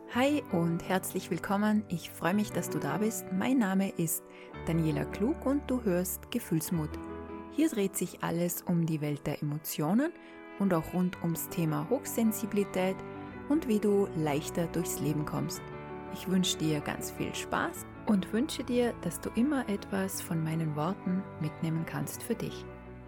Hi und herzlich willkommen. Ich freue mich, dass du da bist. Mein Name ist Daniela Klug und du hörst Gefühlsmut. Hier dreht sich alles um die Welt der Emotionen und auch rund ums Thema Hochsensibilität und wie du leichter durchs Leben kommst. Ich wünsche dir ganz viel Spaß und wünsche dir, dass du immer etwas von meinen Worten mitnehmen kannst für dich.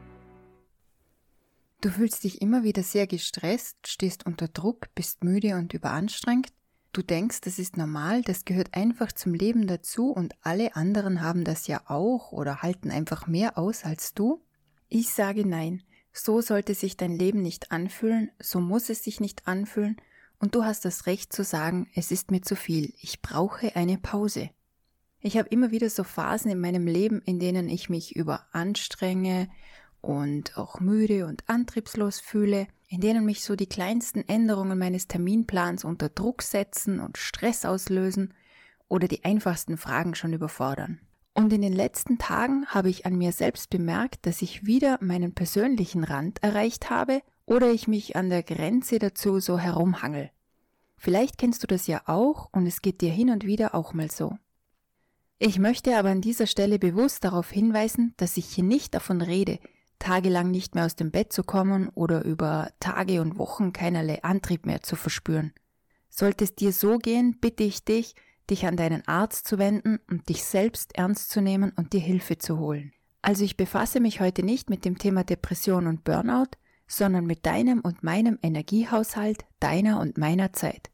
Du fühlst dich immer wieder sehr gestresst, stehst unter Druck, bist müde und überanstrengt. Du denkst, das ist normal, das gehört einfach zum Leben dazu und alle anderen haben das ja auch oder halten einfach mehr aus als du? Ich sage nein, so sollte sich dein Leben nicht anfühlen, so muss es sich nicht anfühlen und du hast das Recht zu sagen, es ist mir zu viel, ich brauche eine Pause. Ich habe immer wieder so Phasen in meinem Leben, in denen ich mich überanstrenge und auch müde und antriebslos fühle, in denen mich so die kleinsten Änderungen meines Terminplans unter Druck setzen und Stress auslösen oder die einfachsten Fragen schon überfordern. Und in den letzten Tagen habe ich an mir selbst bemerkt, dass ich wieder meinen persönlichen Rand erreicht habe oder ich mich an der Grenze dazu so herumhangel. Vielleicht kennst du das ja auch und es geht dir hin und wieder auch mal so. Ich möchte aber an dieser Stelle bewusst darauf hinweisen, dass ich hier nicht davon rede, tagelang nicht mehr aus dem Bett zu kommen oder über Tage und Wochen keinerlei Antrieb mehr zu verspüren. Sollte es dir so gehen, bitte ich dich, dich an deinen Arzt zu wenden und dich selbst ernst zu nehmen und dir Hilfe zu holen. Also ich befasse mich heute nicht mit dem Thema Depression und Burnout, sondern mit deinem und meinem Energiehaushalt, deiner und meiner Zeit.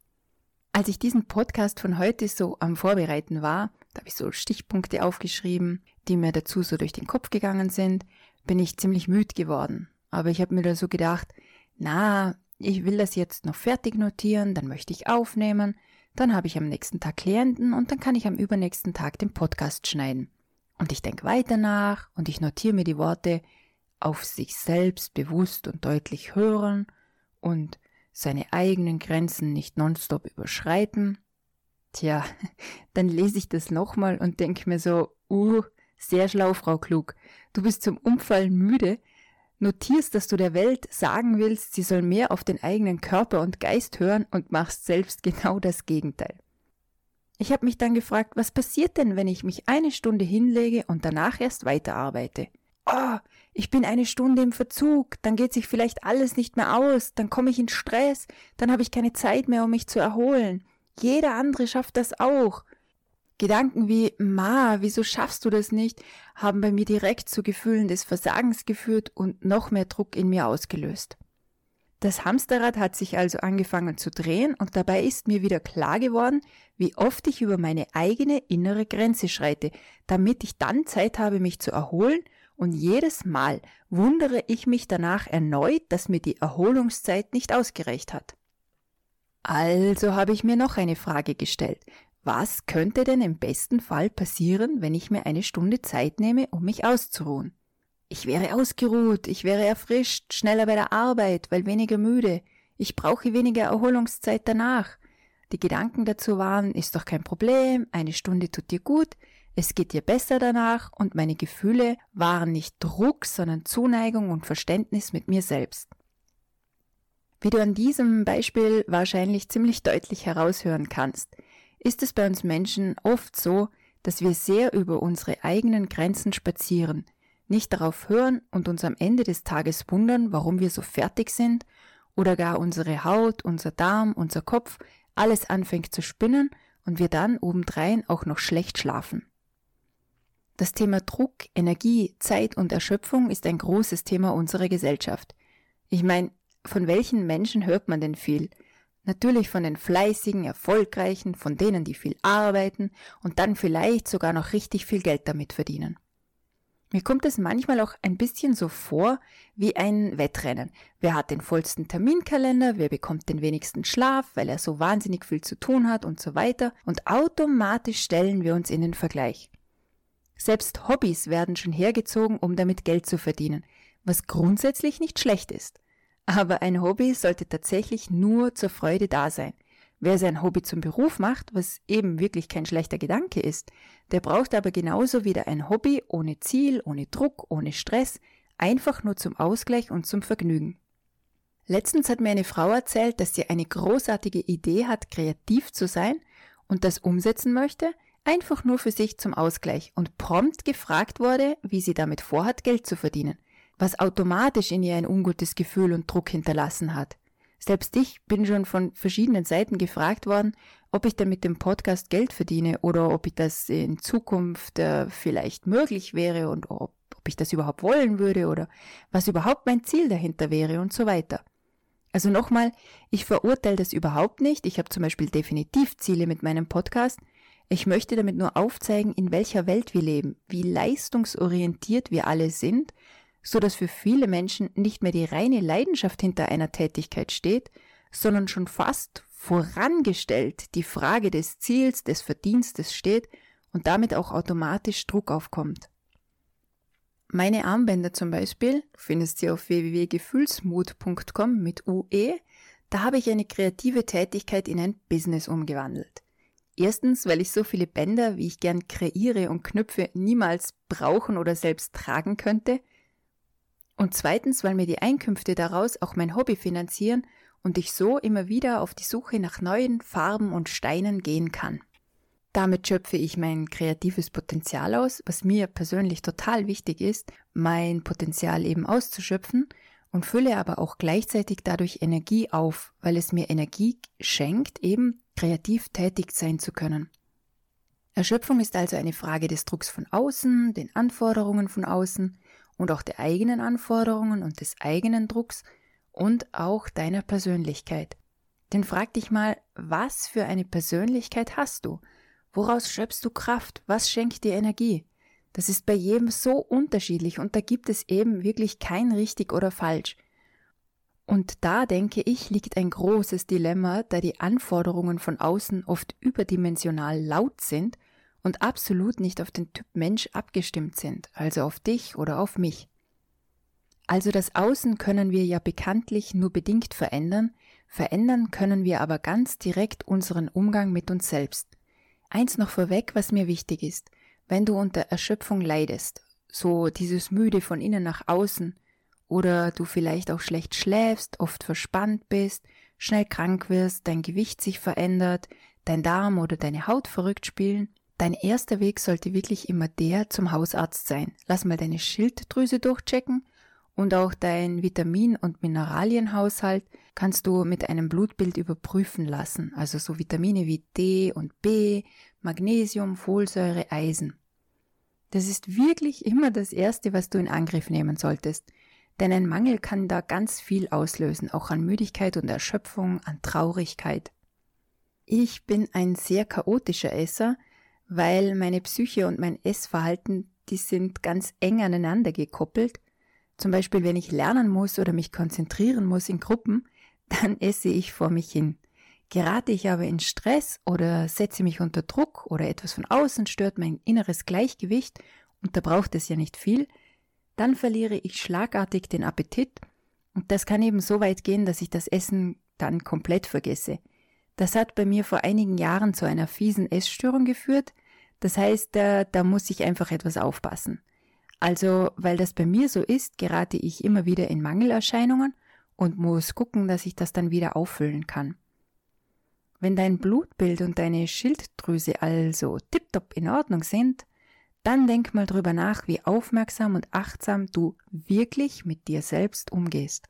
Als ich diesen Podcast von heute so am Vorbereiten war, da habe ich so Stichpunkte aufgeschrieben, die mir dazu so durch den Kopf gegangen sind, bin ich ziemlich müde geworden. Aber ich habe mir da so gedacht, ich will das jetzt noch fertig notieren, dann möchte ich aufnehmen, dann habe ich am nächsten Tag Klienten und dann kann ich am übernächsten Tag den Podcast schneiden. Und ich denke weiter nach und ich notiere mir die Worte auf sich selbst bewusst und deutlich hören und seine eigenen Grenzen nicht nonstop überschreiten. Tja, dann lese ich das nochmal und denke mir so, sehr schlau, Frau Klug. Du bist zum Umfallen müde, notierst, dass du der Welt sagen willst, sie soll mehr auf den eigenen Körper und Geist hören und machst selbst genau das Gegenteil. Ich habe mich dann gefragt, was passiert denn, wenn ich mich 1 Stunde hinlege und danach erst weiterarbeite? Ich bin 1 Stunde im Verzug, dann geht sich vielleicht alles nicht mehr aus, dann komme ich in Stress, dann habe ich keine Zeit mehr, um mich zu erholen. Jeder andere schafft das auch. Gedanken wie, wieso schaffst du das nicht, haben bei mir direkt zu Gefühlen des Versagens geführt und noch mehr Druck in mir ausgelöst. Das Hamsterrad hat sich also angefangen zu drehen und dabei ist mir wieder klar geworden, wie oft ich über meine eigene innere Grenze schreite, damit ich dann Zeit habe, mich zu erholen und jedes Mal wundere ich mich danach erneut, dass mir die Erholungszeit nicht ausgereicht hat. Also habe ich mir noch eine Frage gestellt. Was könnte denn im besten Fall passieren, wenn ich mir 1 Stunde Zeit nehme, um mich auszuruhen? Ich wäre ausgeruht, ich wäre erfrischt, schneller bei der Arbeit, weil weniger müde. Ich brauche weniger Erholungszeit danach. Die Gedanken dazu waren, ist doch kein Problem, 1 Stunde tut dir gut, es geht dir besser danach und meine Gefühle waren nicht Druck, sondern Zuneigung und Verständnis mit mir selbst. Wie du an diesem Beispiel wahrscheinlich ziemlich deutlich heraushören kannst, ist es bei uns Menschen oft so, dass wir sehr über unsere eigenen Grenzen spazieren, nicht darauf hören und uns am Ende des Tages wundern, warum wir so fertig sind oder gar unsere Haut, unser Darm, unser Kopf, alles anfängt zu spinnen und wir dann obendrein auch noch schlecht schlafen. Das Thema Druck, Energie, Zeit und Erschöpfung ist ein großes Thema unserer Gesellschaft. Ich meine, von welchen Menschen hört man denn viel? Natürlich von den fleißigen, erfolgreichen, von denen, die viel arbeiten und dann vielleicht sogar noch richtig viel Geld damit verdienen. Mir kommt es manchmal auch ein bisschen so vor wie ein Wettrennen. Wer hat den vollsten Terminkalender, wer bekommt den wenigsten Schlaf, weil er so wahnsinnig viel zu tun hat und so weiter. Und automatisch stellen wir uns in den Vergleich. Selbst Hobbys werden schon hergezogen, um damit Geld zu verdienen, was grundsätzlich nicht schlecht ist. Aber ein Hobby sollte tatsächlich nur zur Freude da sein. Wer sein Hobby zum Beruf macht, was eben wirklich kein schlechter Gedanke ist, der braucht aber genauso wieder ein Hobby ohne Ziel, ohne Druck, ohne Stress, einfach nur zum Ausgleich und zum Vergnügen. Letztens hat mir eine Frau erzählt, dass sie eine großartige Idee hat, kreativ zu sein und das umsetzen möchte, einfach nur für sich zum Ausgleich und prompt gefragt wurde, wie sie damit vorhat, Geld zu verdienen, was automatisch in ihr ein ungutes Gefühl und Druck hinterlassen hat. Selbst ich bin schon von verschiedenen Seiten gefragt worden, ob ich denn mit dem Podcast Geld verdiene oder ob ich das in Zukunft vielleicht möglich wäre und ob ich das überhaupt wollen würde oder was überhaupt mein Ziel dahinter wäre und so weiter. Also nochmal, ich verurteile das überhaupt nicht. Ich habe zum Beispiel definitiv Ziele mit meinem Podcast. Ich möchte damit nur aufzeigen, in welcher Welt wir leben, wie leistungsorientiert wir alle sind, so dass für viele Menschen nicht mehr die reine Leidenschaft hinter einer Tätigkeit steht, sondern schon fast vorangestellt die Frage des Ziels, des Verdienstes steht und damit auch automatisch Druck aufkommt. Meine Armbänder zum Beispiel, du findest sie auf www.gefühlsmut.com mit UE, da habe ich eine kreative Tätigkeit in ein Business umgewandelt. Erstens, weil ich so viele Bänder, wie ich gern kreiere und Knöpfe, niemals brauchen oder selbst tragen könnte. Und zweitens, weil mir die Einkünfte daraus auch mein Hobby finanzieren und ich so immer wieder auf die Suche nach neuen Farben und Steinen gehen kann. Damit schöpfe ich mein kreatives Potenzial aus, was mir persönlich total wichtig ist, mein Potenzial eben auszuschöpfen und fülle aber auch gleichzeitig dadurch Energie auf, weil es mir Energie schenkt, eben kreativ tätig sein zu können. Erschöpfung ist also eine Frage des Drucks von außen, den Anforderungen von außen und auch der eigenen Anforderungen und des eigenen Drucks und auch deiner Persönlichkeit. Denn frag dich mal, was für eine Persönlichkeit hast du? Woraus schöpfst du Kraft? Was schenkt dir Energie? Das ist bei jedem so unterschiedlich und da gibt es eben wirklich kein richtig oder falsch. Und da, denke ich, liegt ein großes Dilemma, da die Anforderungen von außen oft überdimensional laut sind und absolut nicht auf den Typ Mensch abgestimmt sind, also auf dich oder auf mich. Also das Außen können wir ja bekanntlich nur bedingt verändern können wir aber ganz direkt unseren Umgang mit uns selbst. Eins noch vorweg, was mir wichtig ist, wenn du unter Erschöpfung leidest, so dieses Müde von innen nach außen oder du vielleicht auch schlecht schläfst, oft verspannt bist, schnell krank wirst, dein Gewicht sich verändert, dein Darm oder deine Haut verrückt spielen, dein erster Weg sollte wirklich immer der zum Hausarzt sein. Lass mal deine Schilddrüse durchchecken und auch dein Vitamin- und Mineralienhaushalt kannst du mit einem Blutbild überprüfen lassen, also so Vitamine wie D und B, Magnesium, Folsäure, Eisen. Das ist wirklich immer das Erste, was du in Angriff nehmen solltest, denn ein Mangel kann da ganz viel auslösen, auch an Müdigkeit und Erschöpfung, an Traurigkeit. Ich bin ein sehr chaotischer Esser, weil meine Psyche und mein Essverhalten, die sind ganz eng aneinander gekoppelt. Zum Beispiel, wenn ich lernen muss oder mich konzentrieren muss in Gruppen, dann esse ich vor mich hin. Gerate ich aber in Stress oder setze mich unter Druck oder etwas von außen stört mein inneres Gleichgewicht, und da braucht es ja nicht viel, dann verliere ich schlagartig den Appetit und das kann eben so weit gehen, dass ich das Essen dann komplett vergesse. Das hat bei mir vor einigen Jahren zu einer fiesen Essstörung geführt, das heißt, da muss ich einfach etwas aufpassen. Also, weil das bei mir so ist, gerate ich immer wieder in Mangelerscheinungen und muss gucken, dass ich das dann wieder auffüllen kann. Wenn dein Blutbild und deine Schilddrüse also tipptopp in Ordnung sind, dann denk mal drüber nach, wie aufmerksam und achtsam du wirklich mit dir selbst umgehst.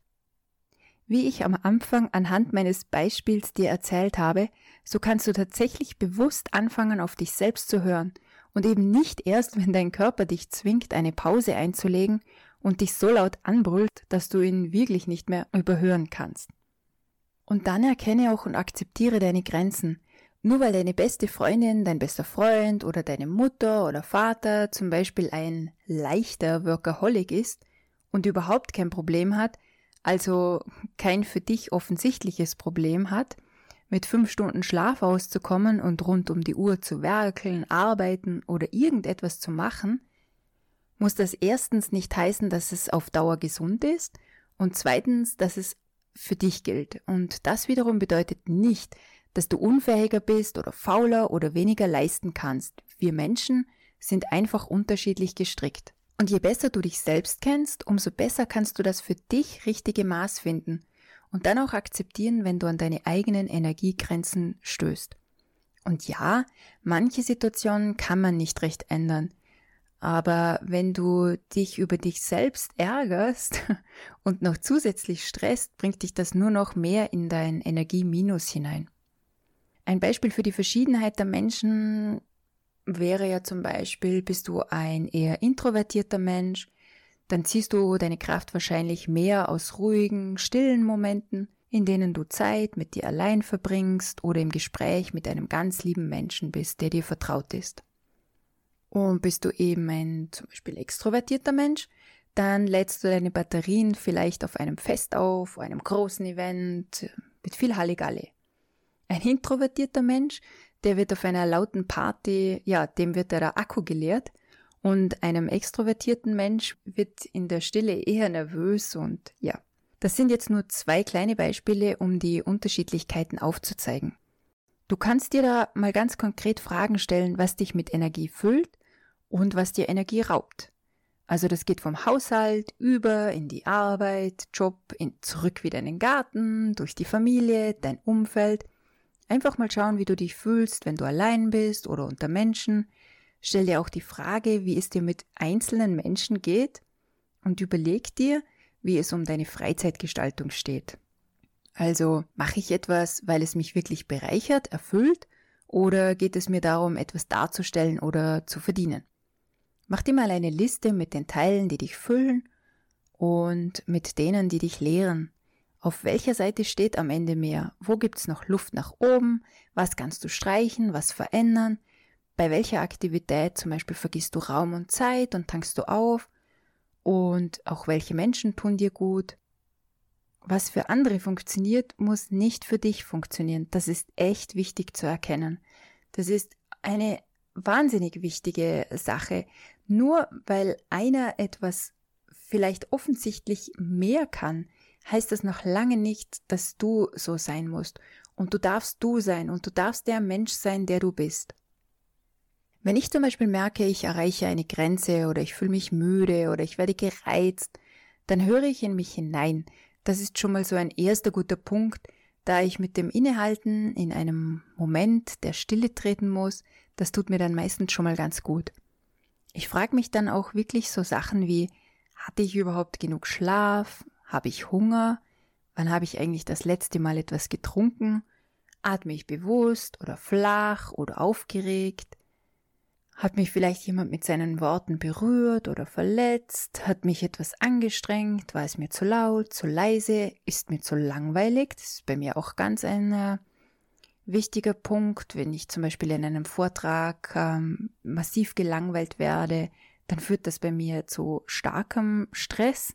Wie ich am Anfang anhand meines Beispiels dir erzählt habe, so kannst du tatsächlich bewusst anfangen, auf dich selbst zu hören und eben nicht erst, wenn dein Körper dich zwingt, eine Pause einzulegen und dich so laut anbrüllt, dass du ihn wirklich nicht mehr überhören kannst. Und dann erkenne auch und akzeptiere deine Grenzen. Nur weil deine beste Freundin, dein bester Freund oder deine Mutter oder Vater zum Beispiel ein leichter Workaholic ist und überhaupt kein Problem hat, also kein für dich offensichtliches Problem hat, mit 5 Stunden Schlaf auszukommen und rund um die Uhr zu werkeln, arbeiten oder irgendetwas zu machen, muss das erstens nicht heißen, dass es auf Dauer gesund ist und zweitens, dass es für dich gilt. Und das wiederum bedeutet nicht, dass du unfähiger bist oder fauler oder weniger leisten kannst. Wir Menschen sind einfach unterschiedlich gestrickt. Und je besser du dich selbst kennst, umso besser kannst du das für dich richtige Maß finden. Und dann auch akzeptieren, wenn du an deine eigenen Energiegrenzen stößt. Und ja, manche Situationen kann man nicht recht ändern. Aber wenn du dich über dich selbst ärgerst und noch zusätzlich stresst, bringt dich das nur noch mehr in dein Energieminus hinein. Ein Beispiel für die Verschiedenheit der Menschen wäre ja zum Beispiel, bist du ein eher introvertierter Mensch, dann ziehst du deine Kraft wahrscheinlich mehr aus ruhigen, stillen Momenten, in denen du Zeit mit dir allein verbringst oder im Gespräch mit einem ganz lieben Menschen bist, der dir vertraut ist. Und bist du eben ein zum Beispiel extrovertierter Mensch, dann lädst du deine Batterien vielleicht auf einem Fest auf, einem großen Event mit viel Halligalli. Ein introvertierter Mensch, der wird auf einer lauten Party, dem wird der Akku geleert, und einem extrovertierten Mensch wird in der Stille eher nervös und ja. Das sind jetzt nur 2 kleine Beispiele, um die Unterschiedlichkeiten aufzuzeigen. Du kannst dir da mal ganz konkret Fragen stellen, was dich mit Energie füllt und was dir Energie raubt. Also das geht vom Haushalt über in die Arbeit, Job, zurück wieder in den Garten, durch die Familie, dein Umfeld. Einfach mal schauen, wie du dich fühlst, wenn du allein bist oder unter Menschen. Stell dir auch die Frage, wie es dir mit einzelnen Menschen geht, und überleg dir, wie es um deine Freizeitgestaltung steht. Also, mache ich etwas, weil es mich wirklich bereichert, erfüllt, oder geht es mir darum, etwas darzustellen oder zu verdienen? Mach dir mal eine Liste mit den Teilen, die dich füllen, und mit denen, die dich leeren. Auf welcher Seite steht am Ende mehr? Wo gibt's noch Luft nach oben? Was kannst du streichen, was verändern? Bei welcher Aktivität zum Beispiel vergisst du Raum und Zeit und tankst du auf? Und auch welche Menschen tun dir gut? Was für andere funktioniert, muss nicht für dich funktionieren. Das ist echt wichtig zu erkennen. Das ist eine wahnsinnig wichtige Sache. Nur weil einer etwas vielleicht offensichtlich mehr kann, heißt das noch lange nicht, dass du so sein musst. Und du darfst du sein und du darfst der Mensch sein, der du bist. Wenn ich zum Beispiel merke, ich erreiche eine Grenze oder ich fühle mich müde oder ich werde gereizt, dann höre ich in mich hinein. Das ist schon mal so ein erster guter Punkt, da ich mit dem Innehalten in einem Moment der Stille treten muss. Das tut mir dann meistens schon mal ganz gut. Ich frage mich dann auch wirklich so Sachen wie, hatte ich überhaupt genug Schlaf? Habe ich Hunger? Wann habe ich eigentlich das letzte Mal etwas getrunken? Atme ich bewusst oder flach oder aufgeregt? Hat mich vielleicht jemand mit seinen Worten berührt oder verletzt? Hat mich etwas angestrengt? War es mir zu laut, zu leise? Ist mir zu langweilig? Das ist bei mir auch ganz ein wichtiger Punkt. Wenn ich zum Beispiel in einem Vortrag massiv gelangweilt werde, dann führt das bei mir zu starkem Stress.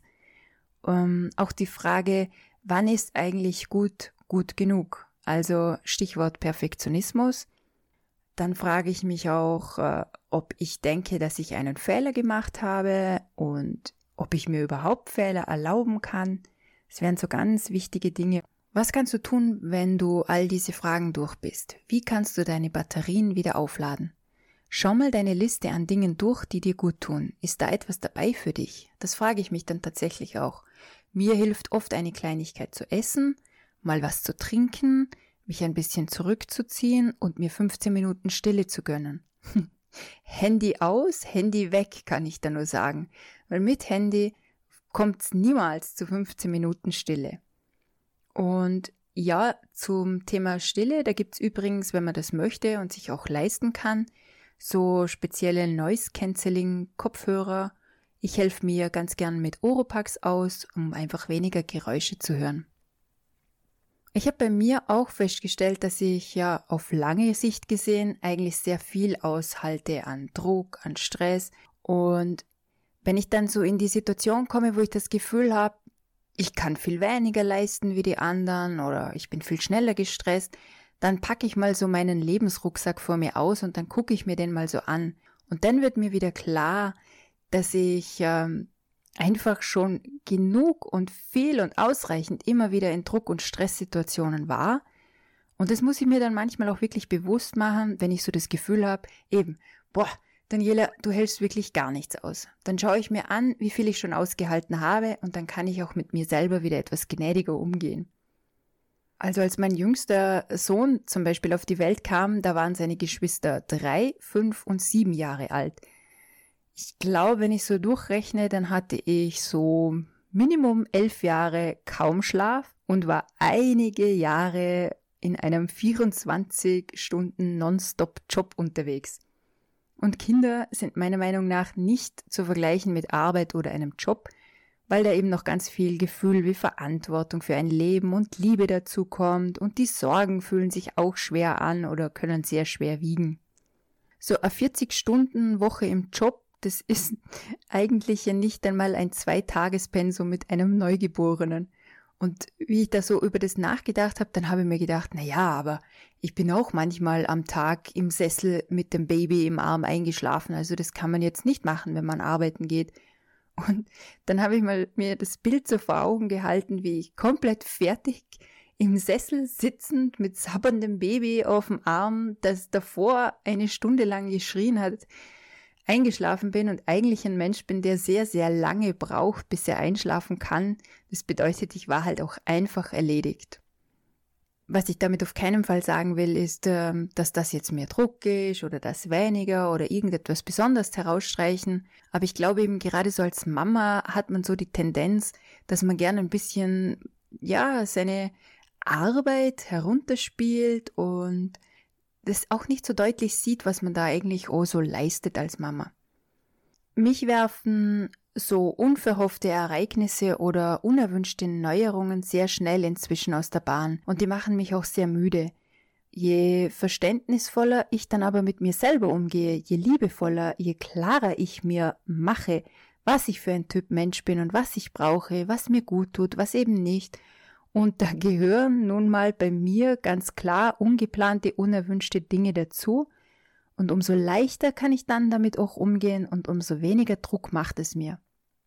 Auch die Frage, wann ist eigentlich gut genug? Also Stichwort Perfektionismus. Dann frage ich mich auch, ob ich denke, dass ich einen Fehler gemacht habe und ob ich mir überhaupt Fehler erlauben kann. Das wären so ganz wichtige Dinge. Was kannst du tun, wenn du all diese Fragen durch bist? Wie kannst du deine Batterien wieder aufladen? Schau mal deine Liste an Dingen durch, die dir gut tun. Ist da etwas dabei für dich? Das frage ich mich dann tatsächlich auch. Mir hilft oft eine Kleinigkeit zu essen, mal was zu trinken, mich ein bisschen zurückzuziehen und mir 15 Minuten Stille zu gönnen. Handy aus, Handy weg, kann ich da nur sagen. Weil mit Handy kommt's niemals zu 15 Minuten Stille. Und ja, zum Thema Stille, da gibt's übrigens, wenn man das möchte und sich auch leisten kann, so spezielle Noise-Cancelling-Kopfhörer. Ich helfe mir ganz gern mit Oropax aus, um einfach weniger Geräusche zu hören. Ich habe bei mir auch festgestellt, dass ich ja auf lange Sicht gesehen eigentlich sehr viel aushalte an Druck, an Stress. Und wenn ich dann so in die Situation komme, wo ich das Gefühl habe, ich kann viel weniger leisten wie die anderen oder ich bin viel schneller gestresst, dann packe ich mal so meinen Lebensrucksack vor mir aus und dann gucke ich mir den mal so an. Und dann wird mir wieder klar, dass ich einfach schon genug und viel und ausreichend immer wieder in Druck- und Stresssituationen war. Und das muss ich mir dann manchmal auch wirklich bewusst machen, wenn ich so das Gefühl habe, Daniela, du hältst wirklich gar nichts aus. Dann schaue ich mir an, wie viel ich schon ausgehalten habe und dann kann ich auch mit mir selber wieder etwas gnädiger umgehen. Also als mein jüngster Sohn zum Beispiel auf die Welt kam, da waren seine Geschwister 3, 5 und 7 Jahre alt. Ich glaube, wenn ich so durchrechne, dann hatte ich so Minimum 11 Jahre kaum Schlaf und war einige Jahre in einem 24-Stunden-Nonstop-Job unterwegs. Und Kinder sind meiner Meinung nach nicht zu vergleichen mit Arbeit oder einem Job, weil da eben noch ganz viel Gefühl wie Verantwortung für ein Leben und Liebe dazukommt und die Sorgen fühlen sich auch schwer an oder können sehr schwer wiegen. So eine 40-Stunden-Woche im Job, das ist eigentlich ja nicht einmal ein 2-Tagespensum mit einem Neugeborenen. Und wie ich da so über das nachgedacht habe, dann habe ich mir gedacht, aber ich bin auch manchmal am Tag im Sessel mit dem Baby im Arm eingeschlafen, also das kann man jetzt nicht machen, wenn man arbeiten geht. Und dann habe ich mir das Bild so vor Augen gehalten, wie ich komplett fertig im Sessel sitzend mit sabberndem Baby auf dem Arm, das davor eine Stunde lang geschrien hat, eingeschlafen bin und eigentlich ein Mensch bin, der sehr, sehr lange braucht, bis er einschlafen kann. Das bedeutet, ich war halt auch einfach erledigt. Was ich damit auf keinen Fall sagen will, ist, dass das jetzt mehr Druck ist oder das weniger oder irgendetwas Besonderes herausstreichen. Aber ich glaube eben, gerade so als Mama hat man so die Tendenz, dass man gerne ein bisschen, seine Arbeit herunterspielt und das auch nicht so deutlich sieht, was man da eigentlich so leistet als Mama. Mich werfen so unverhoffte Ereignisse oder unerwünschte Neuerungen sehr schnell inzwischen aus der Bahn und die machen mich auch sehr müde. Je verständnisvoller ich dann aber mit mir selber umgehe, je liebevoller, je klarer ich mir mache, was ich für ein Typ Mensch bin und was ich brauche, was mir gut tut, was eben nicht. Und da gehören nun mal bei mir ganz klar ungeplante, unerwünschte Dinge dazu. Und umso leichter kann ich dann damit auch umgehen und umso weniger Druck macht es mir.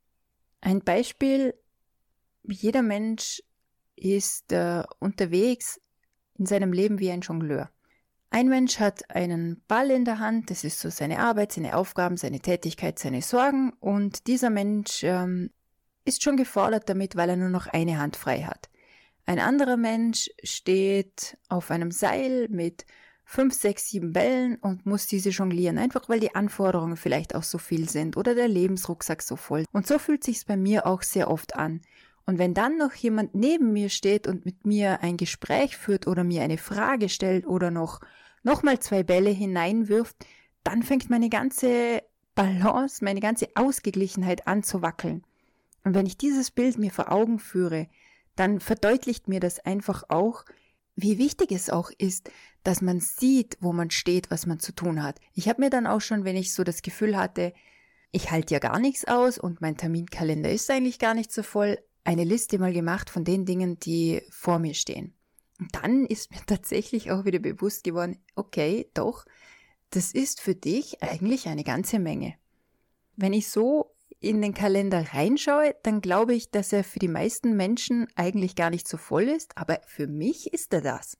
Ein Beispiel, jeder Mensch ist unterwegs in seinem Leben wie ein Jongleur. Ein Mensch hat einen Ball in der Hand, das ist so seine Arbeit, seine Aufgaben, seine Tätigkeit, seine Sorgen und dieser Mensch ist schon gefordert damit, weil er nur noch eine Hand frei hat. Ein anderer Mensch steht auf einem Seil mit 5, 6, 7 Bällen und muss diese jonglieren, einfach weil die Anforderungen vielleicht auch so viel sind oder der Lebensrucksack so voll. Und so fühlt sich's bei mir auch sehr oft an. Und wenn dann noch jemand neben mir steht und mit mir ein Gespräch führt oder mir eine Frage stellt oder noch mal 2 Bälle hineinwirft, dann fängt meine ganze Balance, meine ganze Ausgeglichenheit an zu wackeln. Und wenn ich dieses Bild mir vor Augen führe, dann verdeutlicht mir das einfach auch, wie wichtig es auch ist, dass man sieht, wo man steht, was man zu tun hat. Ich habe mir dann auch schon, wenn ich so das Gefühl hatte, ich halte ja gar nichts aus und mein Terminkalender ist eigentlich gar nicht so voll, eine Liste mal gemacht von den Dingen, die vor mir stehen. Und dann ist mir tatsächlich auch wieder bewusst geworden, okay, doch, das ist für dich eigentlich eine ganze Menge. Wenn ich so in den Kalender reinschaue, dann glaube ich, dass er für die meisten Menschen eigentlich gar nicht so voll ist, aber für mich ist er das.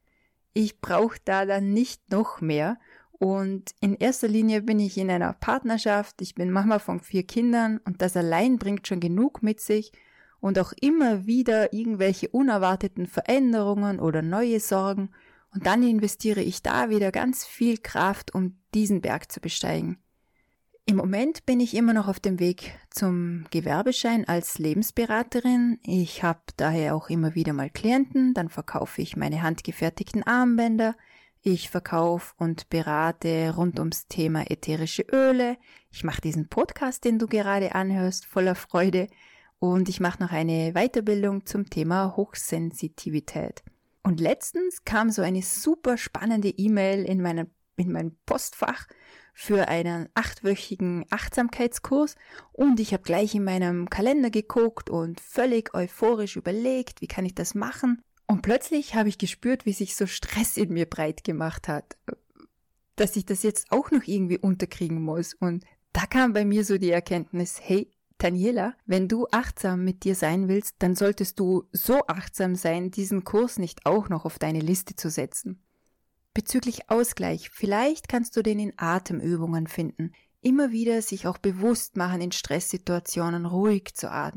Ich brauche da dann nicht noch mehr und in erster Linie bin ich in einer Partnerschaft, ich bin Mama von 4 Kindern und das allein bringt schon genug mit sich und auch immer wieder irgendwelche unerwarteten Veränderungen oder neue Sorgen und dann investiere ich da wieder ganz viel Kraft, um diesen Berg zu besteigen. Im Moment bin ich immer noch auf dem Weg zum Gewerbeschein als Lebensberaterin. Ich habe daher auch immer wieder mal Klienten, dann verkaufe ich meine handgefertigten Armbänder. Ich verkaufe und berate rund ums Thema ätherische Öle. Ich mache diesen Podcast, den du gerade anhörst, voller Freude. Und ich mache noch eine Weiterbildung zum Thema Hochsensitivität. Und letztens kam so eine super spannende E-Mail in meinem Postfach für einen 8-wöchigen Achtsamkeitskurs und ich habe gleich in meinem Kalender geguckt und völlig euphorisch überlegt, wie kann ich das machen? Und plötzlich habe ich gespürt, wie sich so Stress in mir breit gemacht hat, dass ich das jetzt auch noch irgendwie unterkriegen muss. Und da kam bei mir so die Erkenntnis, hey Daniela, wenn du achtsam mit dir sein willst, dann solltest du so achtsam sein, diesen Kurs nicht auch noch auf deine Liste zu setzen. Bezüglich Ausgleich, vielleicht kannst du den in Atemübungen finden. Immer wieder sich auch bewusst machen, in Stresssituationen ruhig zu atmen,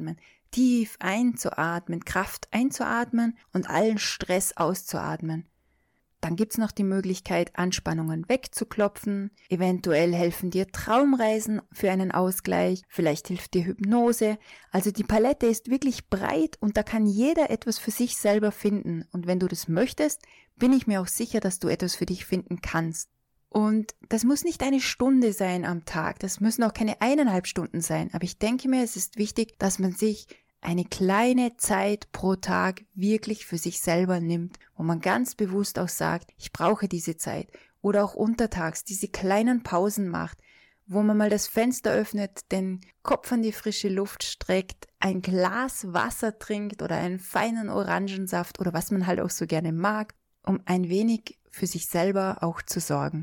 tief einzuatmen, Kraft einzuatmen und allen Stress auszuatmen. Dann gibt's noch die Möglichkeit, Anspannungen wegzuklopfen. Eventuell helfen dir Traumreisen für einen Ausgleich. Vielleicht hilft dir Hypnose. Also die Palette ist wirklich breit und da kann jeder etwas für sich selber finden. Und wenn du das möchtest, bin ich mir auch sicher, dass du etwas für dich finden kannst. Und das muss nicht eine Stunde sein am Tag. Das müssen auch keine 1,5 Stunden sein. Aber ich denke mir, es ist wichtig, dass man sich eine kleine Zeit pro Tag wirklich für sich selber nimmt, wo man ganz bewusst auch sagt, ich brauche diese Zeit. Oder auch untertags diese kleinen Pausen macht, wo man mal das Fenster öffnet, den Kopf an die frische Luft streckt, ein Glas Wasser trinkt oder einen feinen Orangensaft oder was man halt auch so gerne mag, um ein wenig für sich selber auch zu sorgen.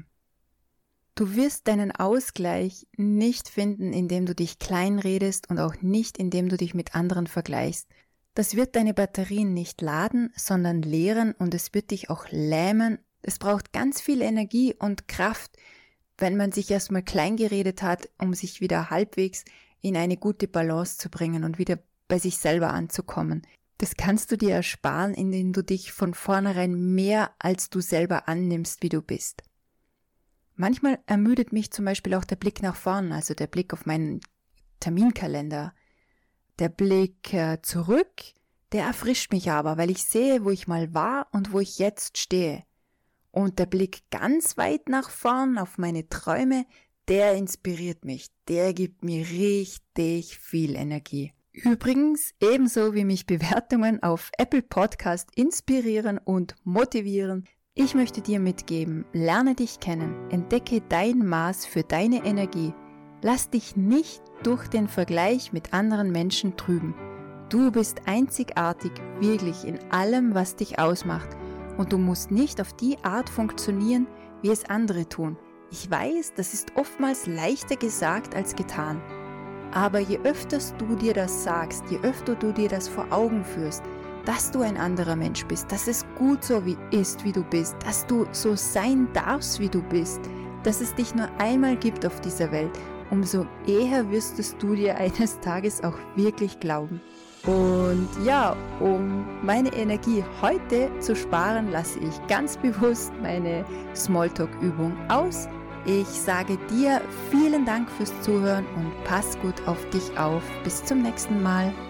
Du wirst deinen Ausgleich nicht finden, indem du dich kleinredest und auch nicht, indem du dich mit anderen vergleichst. Das wird deine Batterien nicht laden, sondern leeren und es wird dich auch lähmen. Es braucht ganz viel Energie und Kraft, wenn man sich erstmal kleingeredet hat, um sich wieder halbwegs in eine gute Balance zu bringen und wieder bei sich selber anzukommen. Das kannst du dir ersparen, indem du dich von vornherein mehr als du selber annimmst, wie du bist. Manchmal ermüdet mich zum Beispiel auch der Blick nach vorn, also der Blick auf meinen Terminkalender. Der Blick zurück, der erfrischt mich aber, weil ich sehe, wo ich mal war und wo ich jetzt stehe. Und der Blick ganz weit nach vorn auf meine Träume, der inspiriert mich, der gibt mir richtig viel Energie. Übrigens, ebenso wie mich Bewertungen auf Apple Podcast inspirieren und motivieren, ich möchte dir mitgeben, lerne dich kennen, entdecke dein Maß für deine Energie. Lass dich nicht durch den Vergleich mit anderen Menschen trüben. Du bist einzigartig, wirklich in allem, was dich ausmacht. Und du musst nicht auf die Art funktionieren, wie es andere tun. Ich weiß, das ist oftmals leichter gesagt als getan. Aber je öfter du dir das sagst, je öfter du dir das vor Augen führst, dass du ein anderer Mensch bist, dass es gut so ist, wie du bist, dass du so sein darfst, wie du bist, dass es dich nur einmal gibt auf dieser Welt, umso eher wirst du dir eines Tages auch wirklich glauben. Und ja, um meine Energie heute zu sparen, lasse ich ganz bewusst meine Smalltalk-Übung aus. Ich sage dir vielen Dank fürs Zuhören und pass gut auf dich auf. Bis zum nächsten Mal.